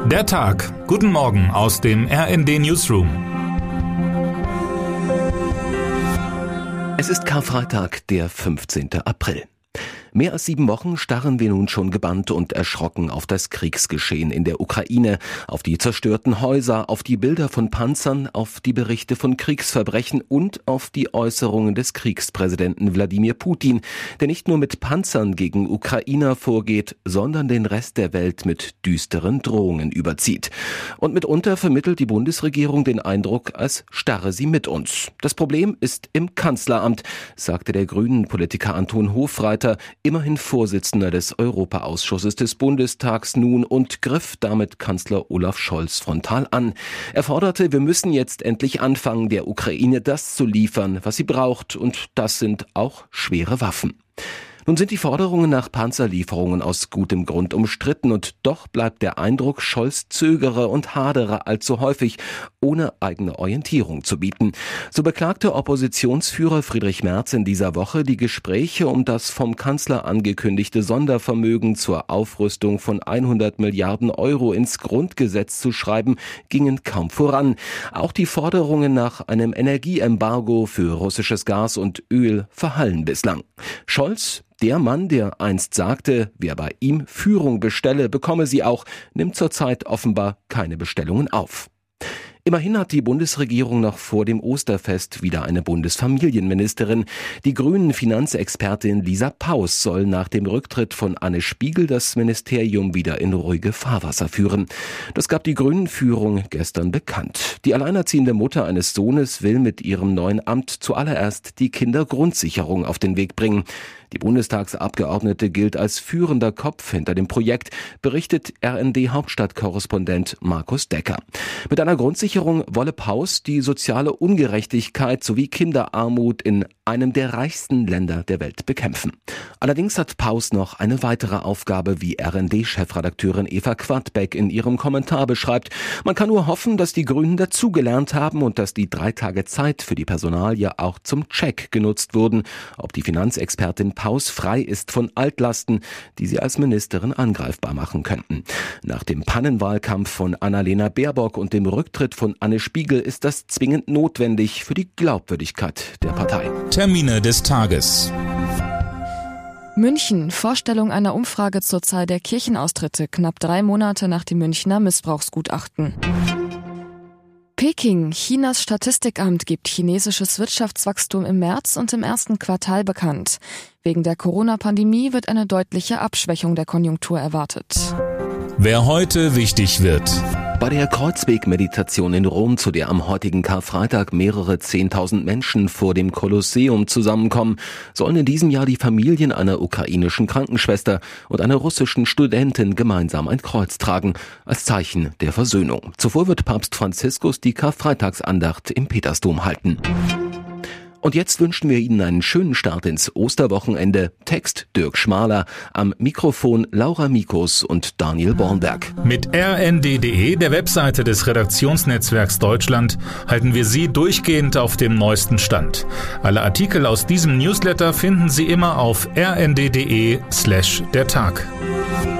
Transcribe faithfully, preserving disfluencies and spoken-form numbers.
Der Tag. Guten Morgen aus dem R N D Newsroom. Es ist Karfreitag, der fünfzehnten April. Mehr als sieben Wochen starren wir nun schon gebannt und erschrocken auf das Kriegsgeschehen in der Ukraine, auf die zerstörten Häuser, auf die Bilder von Panzern, auf die Berichte von Kriegsverbrechen und auf die Äußerungen des Kriegspräsidenten Wladimir Putin, der nicht nur mit Panzern gegen Ukrainer vorgeht, sondern den Rest der Welt mit düsteren Drohungen überzieht. Und mitunter vermittelt die Bundesregierung den Eindruck, als starre sie mit uns. Das Problem ist im Kanzleramt, sagte der Grünen-Politiker Anton Hofreiter, immerhin Vorsitzender des Europaausschusses des Bundestags nun, und griff damit Kanzler Olaf Scholz frontal an. Er forderte, wir müssen jetzt endlich anfangen, der Ukraine das zu liefern, was sie braucht, und das sind auch schwere Waffen. Nun sind die Forderungen nach Panzerlieferungen aus gutem Grund umstritten, und doch bleibt der Eindruck, Scholz zögere und hadere allzu häufig, ohne eigene Orientierung zu bieten. So beklagte Oppositionsführer Friedrich Merz in dieser Woche, die Gespräche um das vom Kanzler angekündigte Sondervermögen zur Aufrüstung von hundert Milliarden Euro ins Grundgesetz zu schreiben, gingen kaum voran. Auch die Forderungen nach einem Energieembargo für russisches Gas und Öl verhallen bislang. Scholz, der Mann, der einst sagte, wer bei ihm Führung bestelle, bekomme sie auch, nimmt zurzeit offenbar keine Bestellungen auf. Immerhin hat die Bundesregierung noch vor dem Osterfest wieder eine Bundesfamilienministerin. Die Grünen-Finanzexpertin Lisa Paus soll nach dem Rücktritt von Anne Spiegel das Ministerium wieder in ruhige Fahrwasser führen. Das gab die Grünen-Führung gestern bekannt. Die alleinerziehende Mutter eines Sohnes will mit ihrem neuen Amt zuallererst die Kindergrundsicherung auf den Weg bringen. Die Bundestagsabgeordnete gilt als führender Kopf hinter dem Projekt, berichtet R N D-Hauptstadtkorrespondent Markus Decker. Mit einer Grundsicherung wolle Paus die soziale Ungerechtigkeit sowie Kinderarmut in einem der reichsten Länder der Welt bekämpfen. Allerdings hat Paus noch eine weitere Aufgabe, wie R N D-Chefredakteurin Eva Quadbeck in ihrem Kommentar beschreibt. Man kann nur hoffen, dass die Grünen dazugelernt haben und dass die drei Tage Zeit für die Personalie auch zum Check genutzt wurden, ob die Finanzexpertin Paus frei ist von Altlasten, die sie als Ministerin angreifbar machen könnten. Nach dem Pannenwahlkampf von Annalena Baerbock und dem Rücktritt von Anne Spiegel ist das zwingend notwendig für die Glaubwürdigkeit der Partei. Termine des Tages. München. Vorstellung einer Umfrage zur Zahl der Kirchenaustritte, knapp drei Monate nach dem Münchner Missbrauchsgutachten. Peking. Chinas Statistikamt gibt chinesisches Wirtschaftswachstum im März und im ersten Quartal bekannt. Wegen der Corona-Pandemie wird eine deutliche Abschwächung der Konjunktur erwartet. Wer heute wichtig wird. Bei der Kreuzweg-Meditation in Rom, zu der am heutigen Karfreitag mehrere Zehntausend Menschen vor dem Kolosseum zusammenkommen, sollen in diesem Jahr die Familien einer ukrainischen Krankenschwester und einer russischen Studentin gemeinsam ein Kreuz tragen, als Zeichen der Versöhnung. Zuvor wird Papst Franziskus die Karfreitagsandacht im Petersdom halten. Und jetzt wünschen wir Ihnen einen schönen Start ins Osterwochenende. Text Dirk Schmaler, am Mikrofon Laura Mikus und Daniel Bornberg. Mit R N D punkt D E, der Webseite des Redaktionsnetzwerks Deutschland, halten wir Sie durchgehend auf dem neuesten Stand. Alle Artikel aus diesem Newsletter finden Sie immer auf r n d punkt d e slash der Tag.